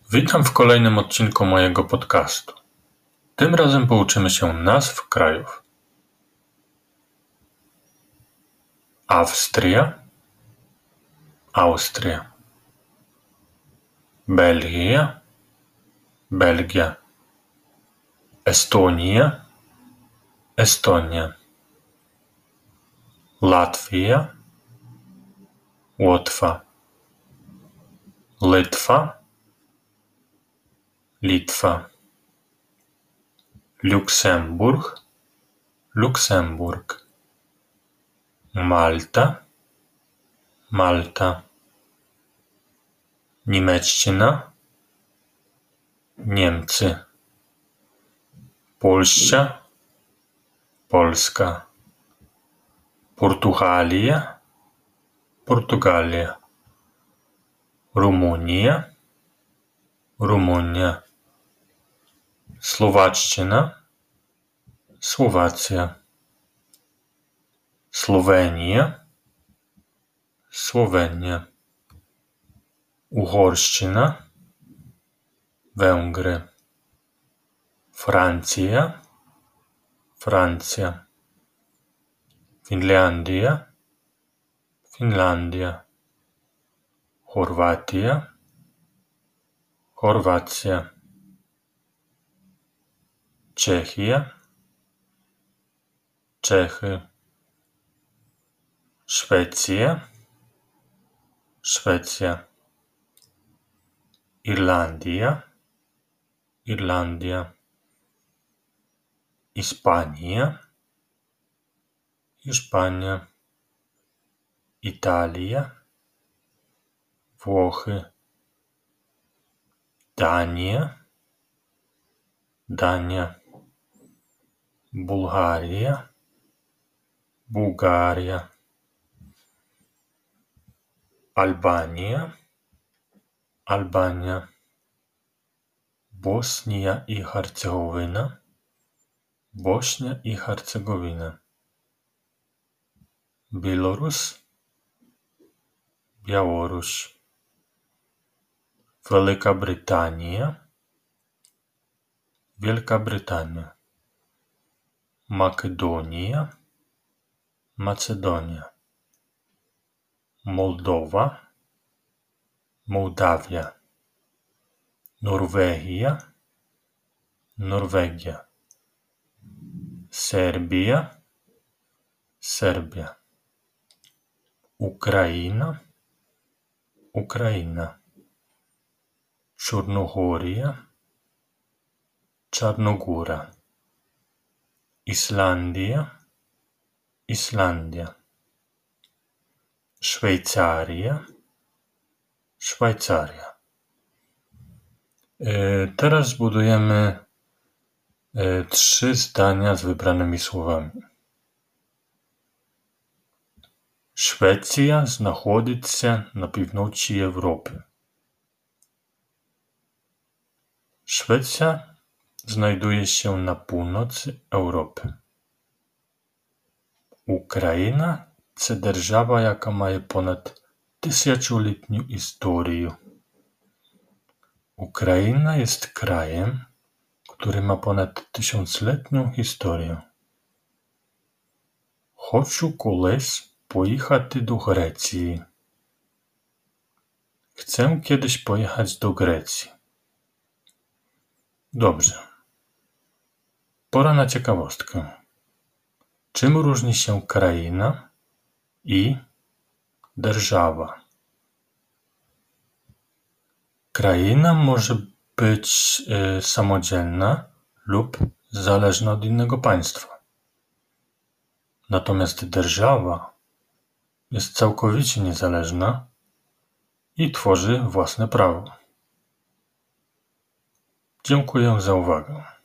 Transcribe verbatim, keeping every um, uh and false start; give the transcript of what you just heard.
Witam w kolejnym odcinku mojego podcastu. Tym razem pouczymy się nazw krajów. Австрия, Austria, Belgia, Belgia, Estonia, Estonia, Latvia, Łotwa, Litwa, Litwa, Luksemburg, Luksemburg, Malta, Malta, Niemczechia, Niemcy, Polska, Polska, Portugalia, Portugalia, Rumunia, Rumunia, Słowacja, Słowacja, Słowenia, Słowenia, Uhorszczyna, Węgry, Francja, Francja, Finlandia, Finlandia, Chorwacja, Chorwacja, Czechia, Czechy, Szwecja, Szwecja, Irlandia, Irlandia, Hiszpania, Hiszpania, Italia, Włochy, Dania, Dania, Bułgaria, Bułgaria, Albania, Albania, Bosnia i Hercegowina, Bosnia i Hercegowina, Białorus, Białoruś, Wielka Brytania, Wielka Brytania, Makedonia, Macedonia, Mołdowa, Mołdawia, Norwegia, Norwegia, Serbia, Serbia, Ukraina, Ukraina, Czarnogoria, Czarnogóra, Islandia, Islandia, Szwajcaria, Szwajcaria. Teraz zbudujemy trzy zdania z wybranymi słowami. Швеція знаходиться на півночі Європи. Szwecja znajduje się na północy Europy. Україна – це держава, яка має понад тисячолітню історію. Ukraina jest krajem, który ma ponad tysiącletnią historię. Хочу колись поїхати до Греції. Chcę kiedyś pojechać do Grecji. Dobrze. Pora na ciekawostkę. Czym różni się kraina i держава? Kraina może być y, samodzielna lub zależna od innego państwa. Natomiast держава jest całkowicie niezależna i tworzy własne prawo. Dziękuję za uwagę.